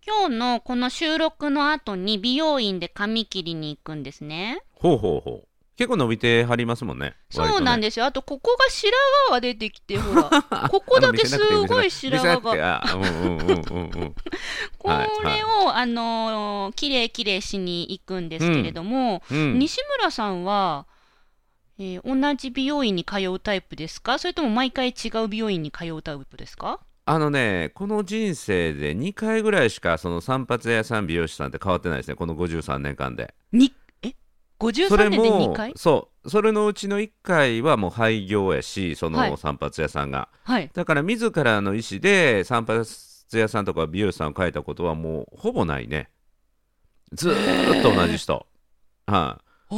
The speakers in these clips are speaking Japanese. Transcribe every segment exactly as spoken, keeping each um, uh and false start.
今日のこの収録の後に美容院で髪切りに行くんですね。 ほうほうほう。結構伸びてはりますもんね。 そうなんですよ。あとここが白髪が出てきて、ほらここだけすごい白髪がこれをあのー、きれいきれいしに行くんですけれども、うんうん、西村さんは、えー、同じ美容院に通うタイプですか？それとも毎回違う美容院に通うタイプですか？ あのね、この人生でにかいぐらいしかその散髪屋さん美容師さんって変わってないですね、このごじゅうさんねんかんで。 にえごじゅうさんねんでにかい？ そうそれのうちのいっかいはもう廃業やし、その散髪屋さんが、はい、だから自らの意思で散髪屋さんとか美容師さんを変えたことはもうほぼないね。ずーっと同じ人はい、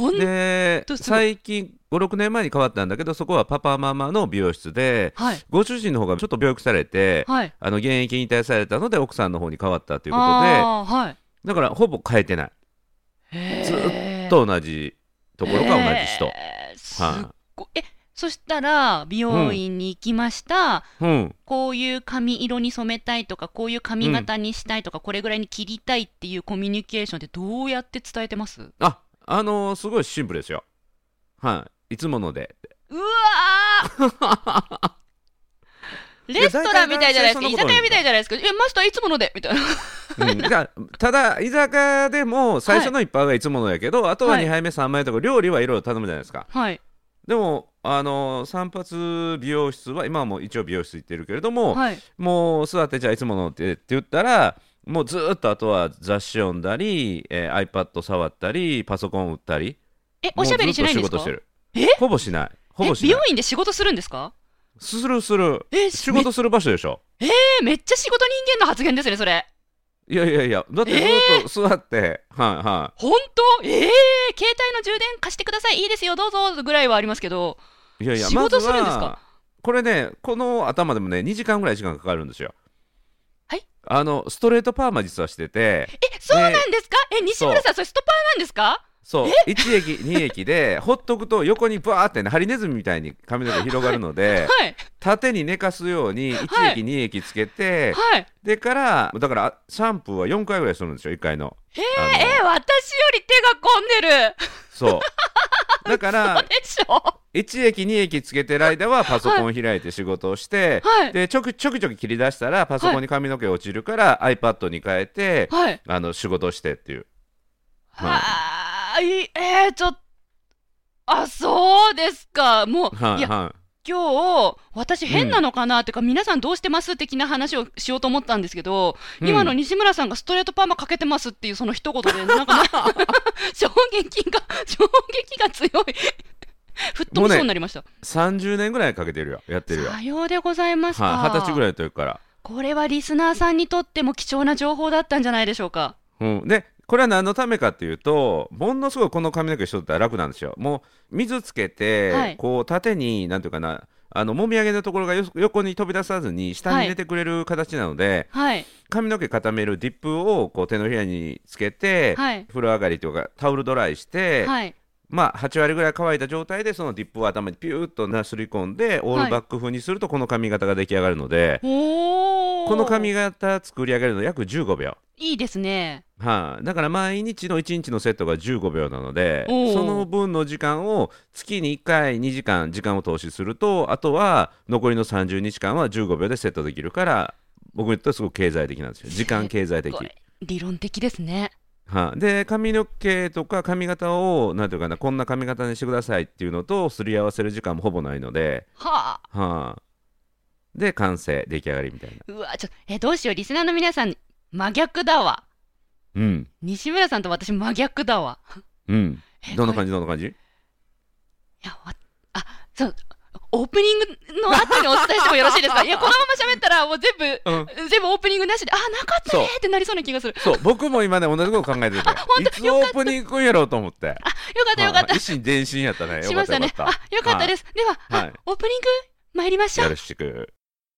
で最近ごろくねんまえに変わったんだけど、そこはパパママの美容室で、はい、ご主人の方がちょっと病気されて、はい、あの現役引退されたので奥さんの方に変わったということで、はい、だからほぼ変えてない。ずっと同じところが同じ人、 はい、えそしたら美容院に行きました、うん、こういう髪色に染めたいとか、こういう髪型にしたいとか、うん、これぐらいに切りたいっていうコミュニケーションってどうやって伝えてます？ ああのー、すごいシンプルですよ。はい、いつもので。 うわーレストランみたいじゃないですか、居酒屋みたいじゃないですか。えマスターいつものでみたいな、うん、だただ居酒屋でも最初の一杯はいつものやけど、はい、あとはにはいめさんばいとか料理はいろいろ頼むじゃないですか、はい、でもあの散髪美容室は今はもう一応美容室行ってるけれども、はい、もう座ってじゃあいつものってって言ったらもうずっとあとは雑誌読んだり、えー、iPad 触ったりパソコン打ったり。 えおしゃべりしないんですか？ えほぼしないほぼしない。 美容院で仕事するんですか？ するするえ仕事する場所でしょ。 えー、めっちゃ仕事人間の発言ですねそれ。 いやいやいやだってずっと座って、えー、はいはい本当えー、携帯の充電貸してくださいいいですよどうぞぐらいはありますけど、いやいや仕事するんですか？ま、 これねこの頭でもねにじかんぐらい時間かかるんですよ。 はいあのストレートパーマ実はしてて。 えそうなんですか？え西村さんそれストパーなんですか？ そういちえきにえきでほっとくと横にバーって、ね、ハリネズミみたいに髪の毛広がるので、はい、縦に寝かすようにいちえき、はい、にえきつけて、はい、でからだからシャンプーはよんかいぐらいするんですよいっかいの。 えー、えー、私より手が込んでる。 そうだからいちえきにえきつけてる間はパソコン開いて仕事をして、はい、でちょくちょくちょく切り出したらパソコンに髪の毛落ちるから、はい、iPad に変えて、はい、あの仕事をしてっていう。 はいえー、ちょっあそうですかもう、はい、いや、はい、今日私変なのかなっていうか、うん、皆さんどうしてます的な話をしようと思ったんですけど、うん、今の西村さんがストレートパーマかけてますっていうその一言でなんか衝撃が衝撃が強い吹っ飛びそうになりました。 ね、さんじゅうねんぐらいかけてるよやってるよ。 さようでございますか。 はたちぐらいというからこれはリスナーさんにとっても貴重な情報だったんじゃないでしょうか。 うん、でこれは何のためかっていうとものすごいこの髪の毛しとったら楽なんですよ。もう水つけて、はい、こう縦になんていうかなあのもみあげのところがよ横に飛び出さずに下に入れてくれる形なので、はい、髪の毛固めるディップをこう手のひらにつけて、はい、風呂上がりとかタオルドライして、はい、まあはちわりぐらい乾いた状態でそのディップを頭にピューッとなすり込んでオールバック風にするとこの髪型が出来上がるので、はい、この髪型作り上げるの約じゅうごびょう。 いいですね。 はあ、だから毎日のいちにちのセットがじゅうごびょうなのでその分の時間を月にいっかいにじかん時間を投資するとあとは残りのさんじゅうにちかんはじゅうごびょうでセットできるから僕にとってはすごく経済的なんですよ。時間経済的理論的ですね。 はあ、で髪の毛とか髪型をなんていうかなこんな髪型にしてくださいっていうのとすり合わせる時間もほぼないので、はあはあ、で完成出来上がりみたいな。 うわちょえどうしようリスナーの皆さん真逆だわ。うん、西村さんと私真逆だわ。 うん。どんな感じどんな感じ？いやあそうオープニングの後にお伝えしてもよろしいですか？いやこのまま喋ったらもう全部、うん、全部オープニングなしであなかったねってなりそうな気がする。 そう僕も今ね同じこと考えてていつオープニング来んやろうと思って。あよかったよかった。 一心伝心やったね。 しましたね。あよかったです。では、はい、オープニング参りましょう。 よろしく。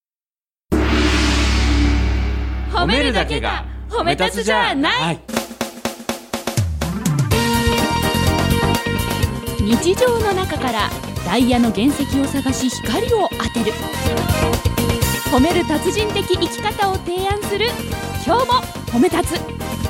褒めるだけが褒め立つじゃない、はい、日常の中からダイヤの原石を探し光を当てる褒める達人的生き方を提案する今日も褒め立つ。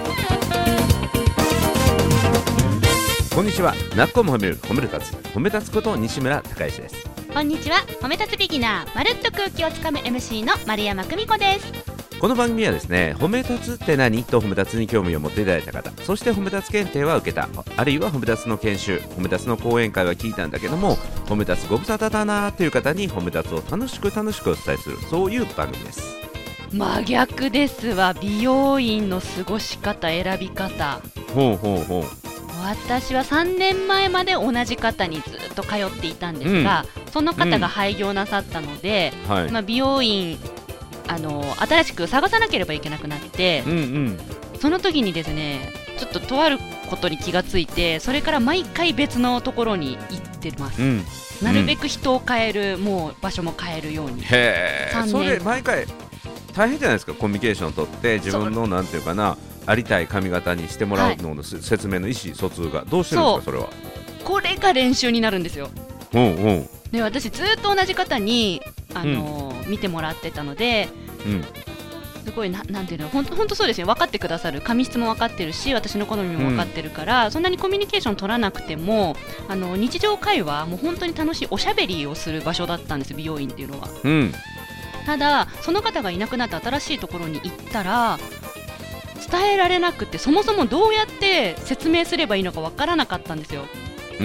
こんにちは。なっこも褒める褒める立つ褒め立つこと西村孝之です。 こんにちは。褒め立つビギナー、まるっと空気をつかむ エムシー の丸山久美子です。 この番組はですね、褒め立つって何と褒め立つに興味を持っていただいた方、そして褒め立つ検定は受けた、あるいは褒め立つの研修、褒め立つの講演会は聞いたんだけども、褒め立つご無沙汰だなという方に褒め立つを楽しく楽しくお伝えする、そういう番組です。 真逆ですわ。美容院の過ごし方、選び方。 ほうほうほう。 私はさんねんまえまで同じ方にずっと通っていたんですが、うん、その方が廃業なさったので、うんはいまあ、美容院あの新しく探さなければいけなくなって、うんうん、その時にですね、ちょっととあることに気がついて、それから毎回別のところに行ってます、うん、なるべく人を変える、うん、もう場所も変えるように。 へー、それ毎回大変じゃないですか。コミュニケーションを取って自分のなんていうかな、ありたい髪型にしてもらうのの、はい、説明の意思疎通がどうしてるんですか。 そ, それはこれが練習になるんですよ。 うんうん、 で私ずっと同じ方に、あのーうん、見てもらってたので、うん、すごい な, なんていうの本当そうですね、分かってくださる、髪質も分かってるし私の好みも分かってるから、うん、そんなにコミュニケーション取らなくてもあの日常会話もう本当に楽しいおしゃべりをする場所だったんです、美容院っていうのは、うん、ただその方がいなくなって新しいところに行ったら伝えられなくて、そもそもどうやって説明すればいいのか分からなかったんですよ。うん、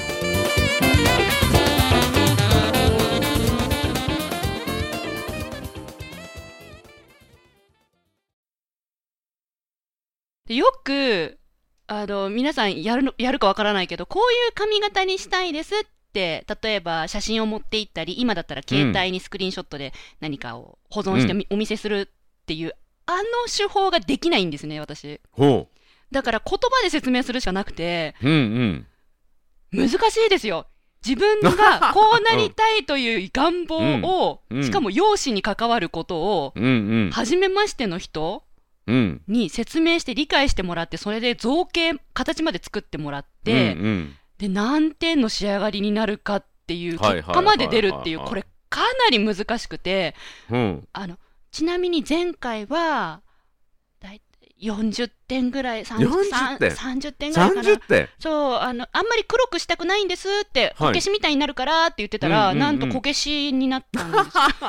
でよくあの皆さんやるのやるか分からないけど、こういう髪型にしたいですって例えば写真を持っていったり、今だったら携帯にスクリーンショットで何かを保存してお見せするっていう、うん、あの手法ができないんですね、私。ほう。だから言葉で説明するしかなくて、うんうん、難しいですよ。自分がこうなりたいという願望を、うん、しかも容姿に関わることを、うんうん、初めましての人に説明して理解してもらって、それで造形形まで作ってもらって、うんうん、で何点の仕上がりになるかっていう結果まで出るっていう、これかなり難しくて、うん、あのちなみに前回はだいたいよんじゅってんぐらい、さんじゅってんさんじゅってんぐらいかな。さんじゅってん、そう、あのあんまり黒くしたくないんですって、こけしみたいになるからって言ってたら、はい、なんとこけしになったんです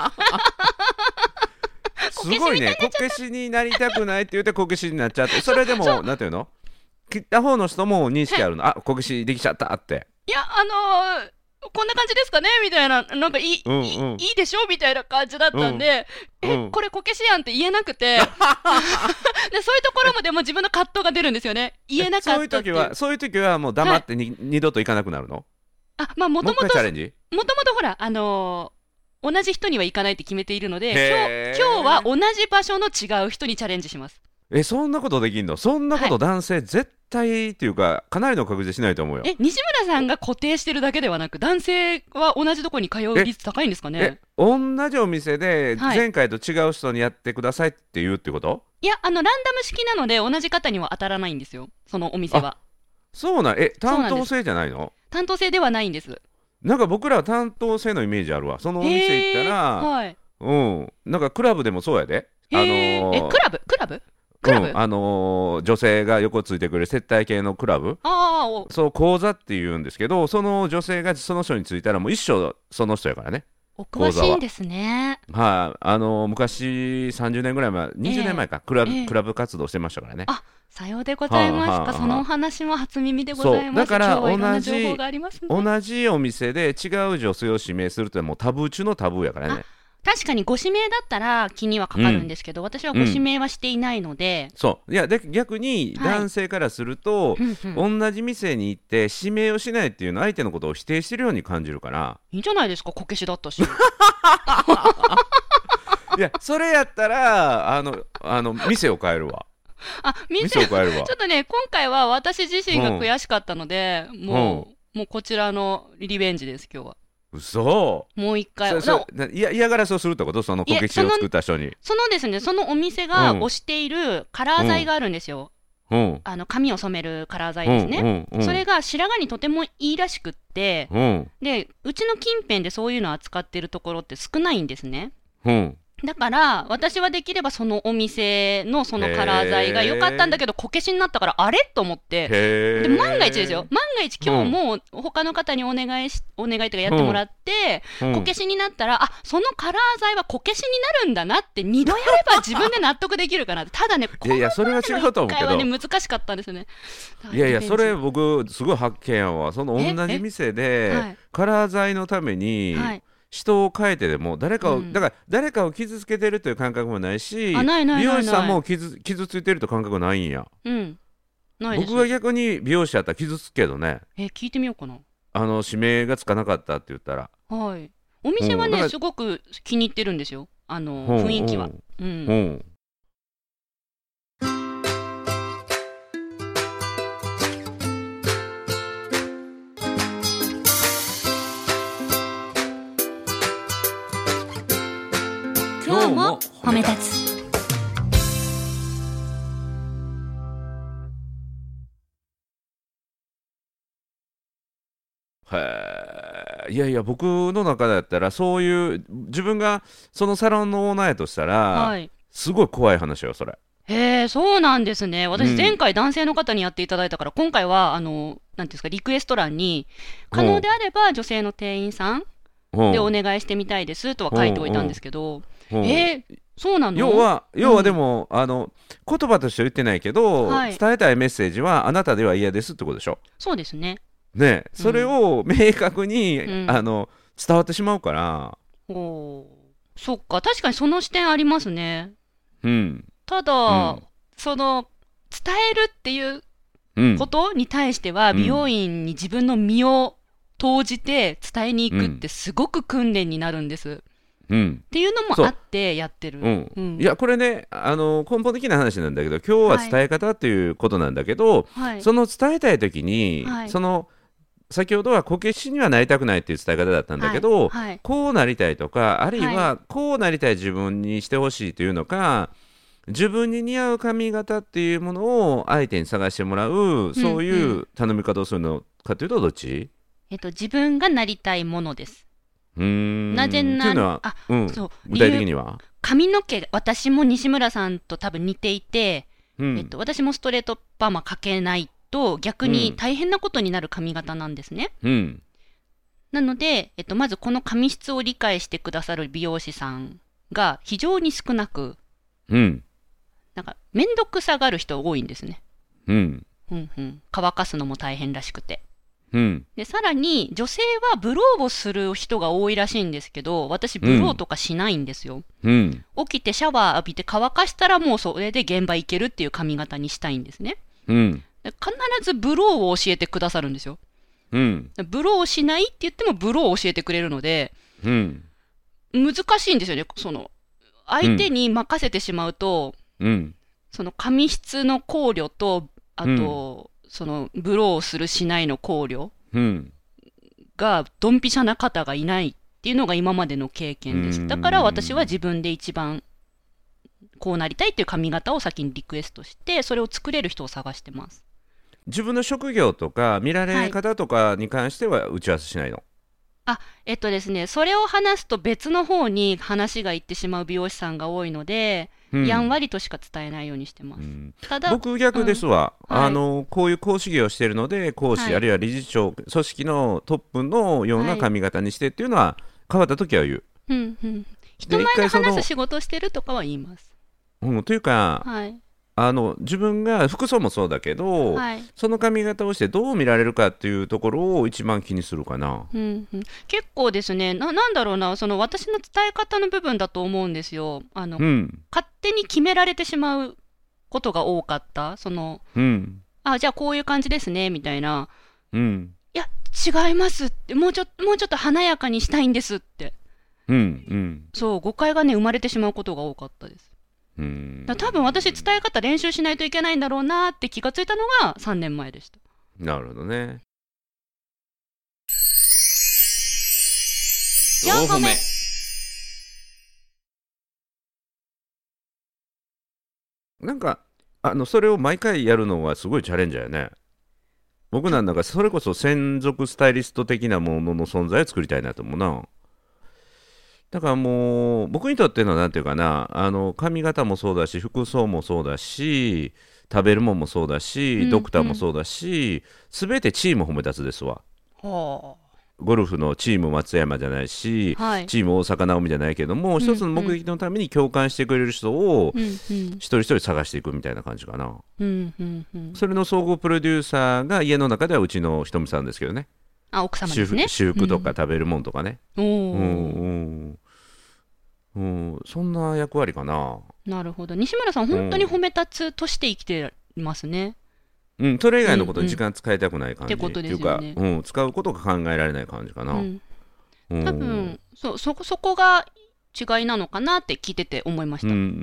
すごいね、こけしになりたくないって言ってこけしになっちゃって、それでもなんていうの、切った方の人も認識あるの、あ、こけしできちゃったって。いや、あのーこんな感じですかねみたいな、なんかいい、うんうん、い, い, いいでしょみたいな感じだったんで、うん、え、これこけしやんって言えなくてでそういうところもでも自分の葛藤が出るんですよね。言えなかったっていう。そういう時はそういう時はもう黙ってに、はい、二度と行かなくなるの？あ、まあもともともともとほら、あのー、同じ人には行かないって決めているので、今日今日は同じ場所の違う人にチャレンジします。え、そんなことできんの？そんなこと男性絶対っていうか、かなりの確率しないと思うよ。え、西村さんが固定してるだけではなく、男性は同じとこに通う率高いんですかね？え、同じお店で前回と違う人にやってくださいって言うってこと？はい、いや、あのランダム式なので同じ方には当たらないんですよ、そのお店は。そうなん、え、担当制じゃないの？担当制ではないんです。なんか僕らは担当制のイメージあるわ。そのお店行ったら、はい、うん、なんかクラブでもそうやで。あのー、え、クラブクラブクラブ、うん、あのー、女性が横ついてくれる接待系のクラブ、あー、そう講座っていうんですけど、その女性がその人についたらもう一生その人やからね。お詳しいんですね。はい、あのー、昔さんじゅうねんぐらい前、にじゅうねんまえか、えー、クラブ、えー、クラブ活動してましたからね。あ、さようでございますか。はあはあ、そのお話も初耳でございます。だから同じ、ね、同じお店で違う女性を指名するってもうタブー中のタブーやからね。確かにご指名だったら気にはかかるんですけど、うん、私はご指名はしていないので、うん、そういやで逆に男性からすると、はい、同じ店に行って指名をしないっていうのは相手のことを否定してるように感じるから、いいんじゃないですか、こけしだったしいやそれやったらあのあの店を変えるわ。あ、店を変えるわ。ちょっとね、今回は私自身が悔しかったので、うん、もう、もうこちらのリベンジです、今日は。嘘。もう一回そそいや嫌がらせをするってこと？そのこけしを作った人に。その、そのですね、そのお店が推しているカラー剤があるんですよ、うん、あの髪を染めるカラー剤ですね、うんうんうん、それが白髪にとてもいいらしくって、うん、でうちの近辺でそういうのを扱ってるところって少ないんですね、うん、 だから私はできればそのお店のそのカラー剤が良かったんだけどこけしになったからあれと思って、で万が一ですよ、万が一今日も他の方にお願いし、お願いとかやってもらって、うん、こけしになったら、あ、そのカラー剤はこけしになるんだなってにどやれば自分で納得できるかなって。ただね、 いやいやそれは違うと思うけど、 今回はね難しかったんですよね。 いやいやそれ僕すごい発見やわ。その同じ店で、はい、カラー剤のために、はい、人を変えてでも誰かを、うん、だから誰かを傷つけてるという感覚もないし、 ないないないない、 美容師さんも 傷, 傷ついてると感覚ないんや、 うん、ないです。 僕は逆に美容師やったら傷つくけどね。 え聞いてみようかな。 あの指名がつかなかったって言ったら、 はい、お店はね、うん、すごく気に入ってるんですよ、あの、うん、雰囲気は、うんうんうん今日も褒め立つ。 へえ、いやいや僕の中だったらそういう自分がそのサロンのオーナーやとしたら、はい、すごい怖い話よそれ。 へえ、そうなんですね。私前回男性の方にやっていただいたから、うん、今回はあのなんていうんですか、リクエスト欄に可能であれば女性の店員さんでお願いしてみたいですとは書いておいたんですけど、うんうん、えーそうなの？ 要は、要はでも、うん、あの言葉としては言ってないけど、はい、伝えたいメッセージはあなたでは嫌ですってことでしょ。 そうですね。 ね、それを明確に、うん、あの伝わってしまうから。 おそっか、確かにその視点ありますね。 うん、 ただ、うん、その伝えるっていうことに対しては、うん、美容院に自分の身を投じて伝えに行くってすごく訓練になるんです。うん、っていうのもあってやってる、 うんうん、いやこれねあの根本的な話なんだけど、今日は伝え方っていうことなんだけど、はい、その伝えたい時に、はい、その先ほどはこけしにはなりたくないっていう伝え方だったんだけど、はいはい、こうなりたいとかあるいはこうなりたい自分にしてほしいというのか、自分に似合う髪型っていうものを相手に探してもらう、そういう頼み方をするのかというとどっち？ えっと、自分がなりたいものです。 うーんなぜなら、あ、うん、そう具体的には髪の毛、私も西村さんと多分似ていて、うんえっと、私もストレートパーマかけないと逆に大変なことになる髪型なんですね、うん、なので、えっと、まずこの髪質を理解してくださる美容師さんが非常に少なく、うん、なんか面倒くさがる人多いんですね、うんうんうん、乾かすのも大変らしくて、うん、でさらに女性はブローをする人が多いらしいんですけど、私ブローとかしないんですよ、うん、起きてシャワー浴びて乾かしたらもうそれで現場行けるっていう髪型にしたいんですね、うん、で必ずブローを教えてくださるんですよ、うん、ブローをしないって言ってもブローを教えてくれるので、うん、難しいんですよね。その相手に任せてしまうと、うん、その髪質の考慮とあと、うんそのブローをするしないの考慮がドンピシャな方がいないっていうのが今までの経験です。だから私は自分で一番こうなりたいっていう髪型を先にリクエストして、それを作れる人を探してます。 自分の職業とか見られ方とかに関しては打ち合わせしないの？ あ、えっとですね、それを話すと別の方に話がいってしまう美容師さんが多いので、うん、やんわりとしか伝えないようにしてます、うん、ただ僕逆ですわ、うんあのはい、こういう講師業をしているので講師、はい、あるいは理事長組織のトップのような髪型にしてっていうのは変わった時は言う、うんうん、 人前で話す仕事をしてるとかは言います、 うん、というか、はいあの自分が服装もそうだけど、はい、その髪型をしてどう見られるかっていうところを一番気にするかな、 うんうん、結構ですね な, なんだろうなその私の伝え方の部分だと思うんですよ。あの、うん、勝手に決められてしまうことが多かったその、うん、あじゃあこういう感じですねみたいな、うん、いや違いますってもうちょ、もうちょっと華やかにしたいんですって、うんうん、そう誤解がね生まれてしまうことが多かったです。うんだ多分私伝え方練習しないといけないんだろうなって気がついたのがさんねんまえでした。 なるほどね。 よんほめなんかあのそれを毎回やるのはすごいチャレンジャーやね。僕なんだかそれこそ専属スタイリスト的なものの存在を作りたいなと思うな。 だからもう僕にとってのなんていうかな、あの髪型もそうだし服装もそうだし食べるもんもそうだし、うん、ドクターもそうだし、すべてチーム褒め立つですわ。はあ、ゴルフのチーム松山じゃないし、はい、チーム大坂なおみじゃないけども、うん、一つの目的のために共感してくれる人を一人一人探していくみたいな感じかな、うんうんうん、それの総合プロデューサーが家の中ではうちのひとみさんですけどね。 あ、奥様ですね。 私服とか食べるもんとかね、うん、うんうん、そんな役割かな。 なるほど。西村さん本当に褒め立つとして生きてますね。 うん、それ以外のことに時間使いたくない感じ、 うんうん、ってことですよね。 っていうか、うん、使うことが考えられない感じかな、うんうん、多分 そ, そ, そこが違いなのかなって聞いてて思いました、うんうんうん、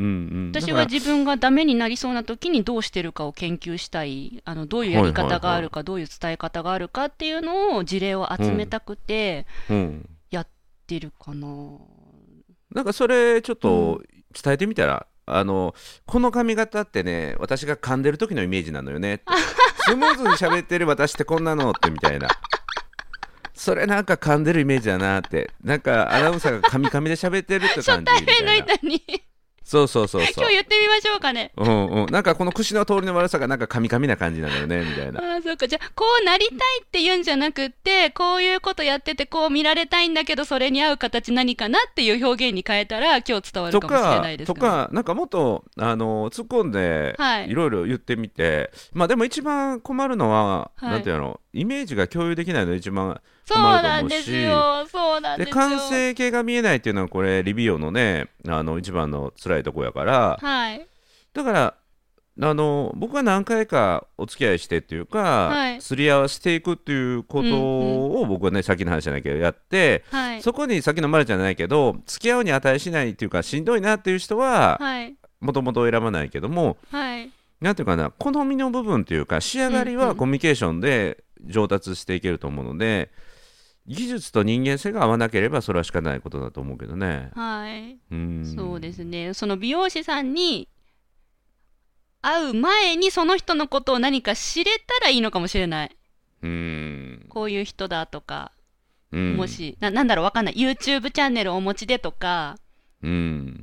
私は自分がダメになりそうな時にどうしてるかを研究したい、あのどういうやり方があるか、はいはいはい、どういう伝え方があるかっていうのを事例を集めたくてやってるかな、うんうん、 なんかそれちょっと伝えてみたら、あのこの髪型ってね、私が噛んでる時のイメージなのよねってスムーズに喋ってる私ってこんなのってみたいなそれなんか噛んでるイメージだなって、なんかアナウンサーが噛み噛みで喋ってるって感じみたいな。初対面の人にそうそうそうそう。今日言ってみましょうかね。 うんうん。なんかこの口の通りの悪さがなんか噛み噛みな感じなのよねみたいな。 ああ、そうか。じゃあこうなりたいって言うんじゃなくって、こういうことやっててこう見られたいんだけど、それに合う形何かなっていう表現に変えたら今日伝わるかもしれないですかね。 とか、とかなんかもっとあの突っ込んでいろいろ言ってみて、はい、まあでも一番困るのは、はい、なんていうの、イメージが共有できないのが一番そうなんですよ。そうなんですよ。 で完成形が見えないっていうのはこれリビオのね、あの一番の辛いとこやから、はい、だからあの僕は何回かお付き合いしてっていうか、はい、すり合わせていくっていうことを僕はね、うんうん、先の話じゃないけどやって、はい、そこにさっきのまるちゃんじゃないけど付き合うに値しないっていうかしんどいなっていう人はもともと選ばないけども、はい、なんていうかな、好みの部分っていうか仕上がりはコミュニケーションで上達していけると思うので、うんうん、技術と人間性が合わなければそれは仕方ないことだと思うけどね。 はい、うん、そうですね。その美容師さんに会う前にその人のことを何か知れたらいいのかもしれない。うーん、こういう人だとか、うん、もし な, なんだろうわかんない YouTube チャンネルをお持ちでとか、うん、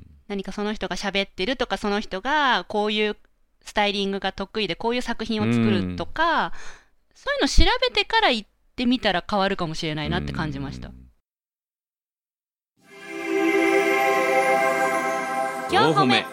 何かその人が喋ってるとか、その人がこういうスタイリングが得意でこういう作品を作るとか、うん、そういうの調べてから行ってみたら変わるかもしれないなって感じました。よんほめ。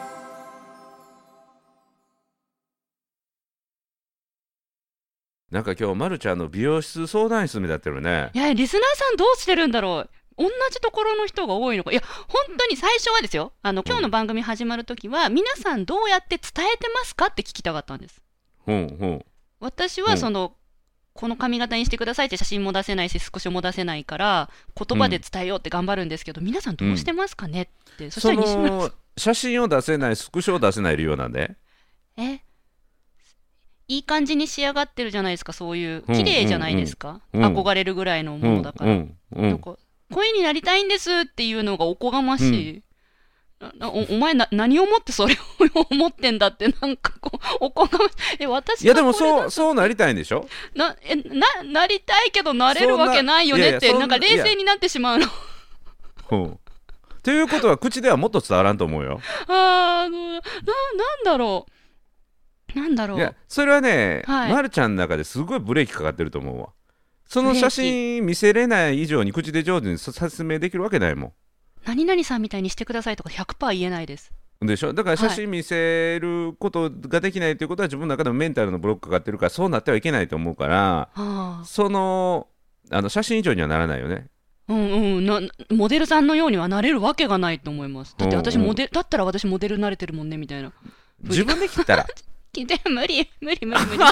なんか今日まるちゃんの美容室相談室みたいになってるね。 いや、リスナーさんどうしてるんだろう。同じところの人が多いのか。いや本当に最初はですよ、あの今日の番組始まるときは、うん、皆さんどうやって伝えてますかって聞きたかったんです。うんうん、私はその、うん、この髪型にしてくださいって写真も出せないしスクショも出せないから言葉で伝えようって頑張るんですけど、うん、皆さんどうしてますかねって、うん、そしたら西村さん、 写真を出せないスクショを出せない理由なんで、 えいい感じに仕上がってるじゃないですか。そういう綺麗じゃないですか、うんうんうん、憧れるぐらいのものだから、うんうんうん、なんか声になりたいんですっていうのがおこがましい、うん、お, お前な何をもってそれを思ってんだって、なんかこうおこがましい。え私いやでもそうそうなりたいんでしょ。 なえ な, なりたいけどなれるわけないよねって、な, なんか冷静になってしまうの。 ということは口ではもっと伝わらんと思うよ。 あー、あの な, なんだろうなんだろう。 いやそれはね、はい、まるちゃんの中ですごいブレーキかかってると思うわ。その写真見せれない以上に口で上手に説明できるわけないもん。 何々さんみたいにしてくださいとか ひゃくパーセント 言えないです。 でしょ。だから写真見せることができないということは、自分の中でもメンタルのブロックかかってるから、そうなってはいけないと思うから、はあ、そのあの写真以上にはならないよね。 うんうん、なモデルさんのようにはなれるわけがないと思います。だって私モデル、うんうん、だったら私モデルになれてるもんねみたいな。 自分で切ったら無理無理無理無理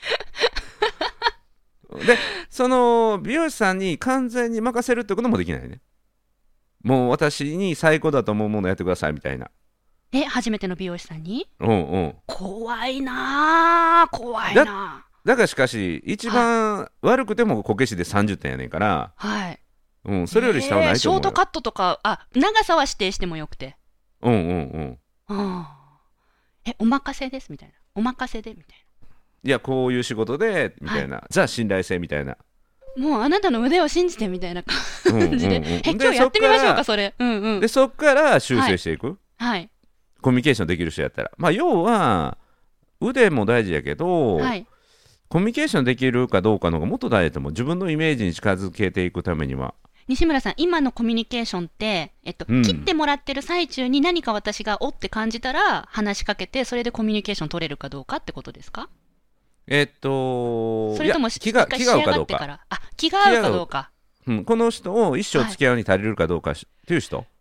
でその美容師さんに完全に任せるってこともできないね。もう私に最高だと思うものやってくださいみたいな。 え初めての美容師さんに、 うんうん、 怖いな怖いな。 だ, だからしかし一番悪くてもこけしでさんじゅってんやねんから、はい、うん、それより下はないと思うよ、 えー、ショートカットとかあ長さは指定してもよくて、 うんうんうん、 あえお任せですみたいな、お任せでみたいな、 いやこういう仕事でみたいな、はい、ザ信頼性みたいな、 もうあなたの腕を信じてみたいな感じで、うんうんうん、え今日やってみましょうかそれ、うんうん、 でそっから修正していく、 はいはい、 コミュニケーションできる人やったら、まあ、要は腕も大事やけど、はい、コミュニケーションできるかどうかの方がもっと大事だと思う。自分のイメージに近づけていくためには。 西村さん、今のコミュニケーションって、えっとうん、切ってもらってる最中に何か私がおって感じたら話しかけて、それでコミュニケーション取れるかどうかってことですか？ えっとそれとも気が気が合うかどうか。 あ、気が合うかどうか、 うん、この人を一生付き合うに足りるかどうかっていう人、はい、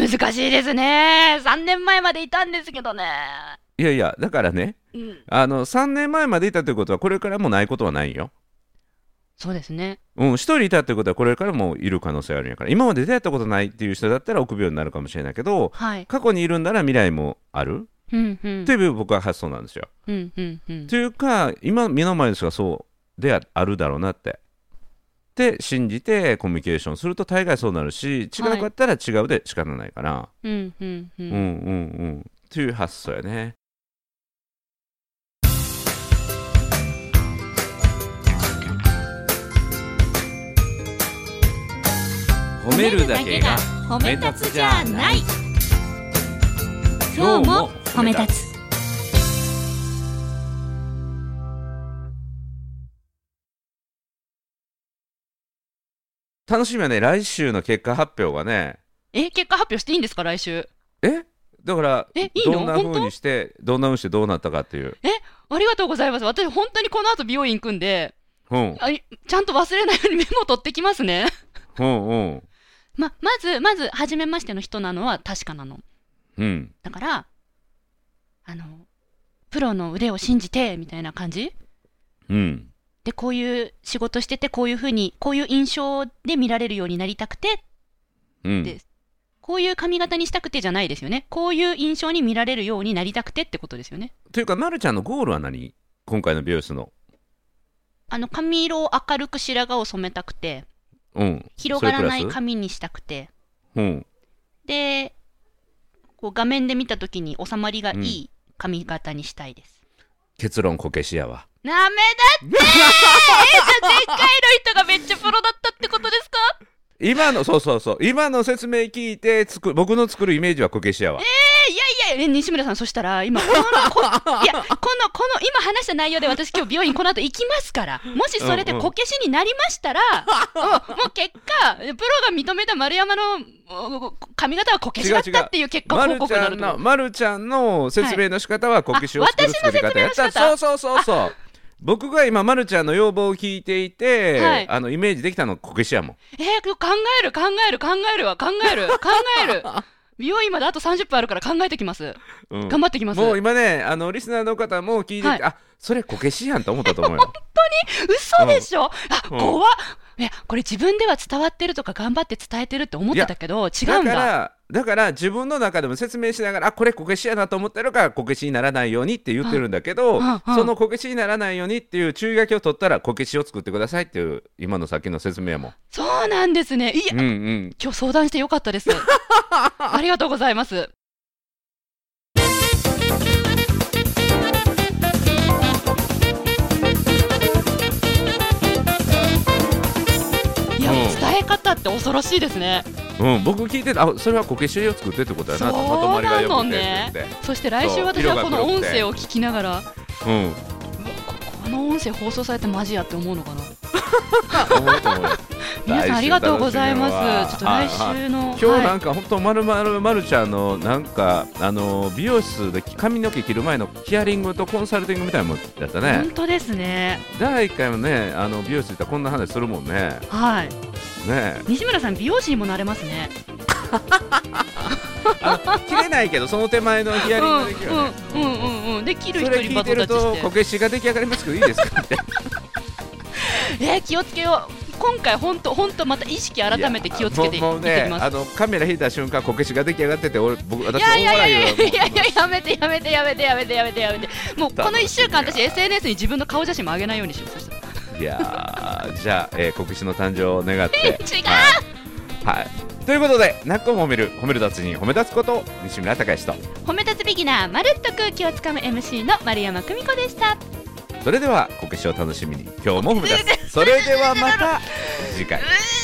難しいですね。さんねんまえまでいたんですけどね。 いやいやだからね、うん、あのさんねんまえまでいたということはこれからもないことはないよ。 そうですね、 うん、一人いたということはこれからもいる可能性あるんやから。今まで出会ったことないっていう人だったら臆病になるかもしれないけど、はい、過去にいるんなら未来もある、うんうん、っていう僕は発想なんですよ、うんうんうん、というか今目の前の人がそうであるだろうなってで信じてコミュニケーションすると大概そうなるし、違うかったら違うで仕方ないから、はいうんうんうんうんうんうんっていう発想やね。褒めるだけが褒め立つじゃない。 今日も褒め立つ。 楽しみはね、来週の結果発表がね。 え、結果発表していいんですか来週？ え、だからえいいのどんな風にしてどんな風にしてどうなったかっていう。 え、ありがとうございます。私本当にこの後美容院行くんで、うん、あちゃんと忘れないようにメモ取ってきますね。うんうん。ま, まずまず初めましての人なのは確かなの、うん、だからあのプロの腕を信じてみたいな感じ、うん、でこういう仕事しててこういうふうにこういう印象で見られるようになりたくて、うん、でこういう髪型にしたくてじゃないですよね。こういう印象に見られるようになりたくてってことですよね。 というか、まるちゃんのゴールは何？今回の美容室のあの髪色を明るく白髪を染めたくて、うん、広がらない髪にしたくて、うん、でこう画面で見た時に収まりがいい髪型にしたいです、 うん、結論こけしやわ。 ダメだってーえー、じゃあ前回の人がめっちゃプロだったってことですか？ 今のそうそうそう今の説明聞いてつく僕の作るイメージはこけしやわ。 えー、いやいや西村さん、そしたら今このこいやこのこの今話した内容で私今日美容院この後行きますから、もしそれでこけしになりましたら、うんうん、もう結果プロが認めた丸山の髪型はこけしだったっていう結果報告になると思う。 まるちゃんの説明の仕方はこけしを作る作り方やった。そうそうそうそう僕が今まるちゃんの要望を聞いていて、はい、あのイメージできたのこけしやもん。 えー、考える考える考えるわ考える考える美容院まであとさんじゅっぷんあるから考えてきます、うん、頑張ってきます。 もう今ねあのリスナーの方も聞いてて、はい、あそれこけしやんと思ったと思うよ。 本当に嘘でしょ、うん、あ怖っ、いやこれ自分では伝わってるとか頑張って伝えてるって思ってたけど違うんだ。 だからだから自分の中でも説明しながらあこれこけしやなと思ってるからこけしにならないようにって言ってるんだけど、はあはあ、そのこけしにならないようにっていう注意書きを取ったらこけしを作ってくださいっていう今のさっきの説明も。 そうなんですね。いや、うんうん、今日相談してよかったですありがとうございます。いや、うん、伝え方って恐ろしいですね。 うん、僕聞いてたあそれはこけしを作ってってことやな。 そうなのね。そして来週私はこの音声を聞きながら、うん、この音声放送されてマジやって思うのかな思うと思う皆さんありがとうございます。ちょっと来週の今日なんか本当まるまるまるちゃんのなんかあの美容室で髪の毛切る前のヒアリングとコンサルティングみたいなもんやったね。 本当ですね。 だいいっかいもねあの美容室行ったらこんな話するもんね。 はいね。西村さん美容師にもなれますね切れないけどその手前のヒアリングできるよね。うんうんうんうんで切る人にバトンタッチしてそれ聞いてるとこけしが出来上がりますけどいいですかってえー、気をつけよう。今回本当本当また意識改めて気をつけていってきます。もうね、 あのカメラ引いた瞬間こけしが出来上がってて俺僕私大笑いよ。いやいやいやいややめてやめてやめてやめてやめてやめてもうこのいっしゅうかん私 エスエヌエス に自分の顔写真も上げないようにしよう。 いやじゃあ、えー、こけしの誕生を願って違う、 はいはい、ということでなっこも褒める褒める達人褒め立つこと西村孝之と褒め立つビギナーまるっと空気をつかむ エムシー の丸山久美子でした。 それではこけしを楽しみに今日も踏み出すそれではまた次回。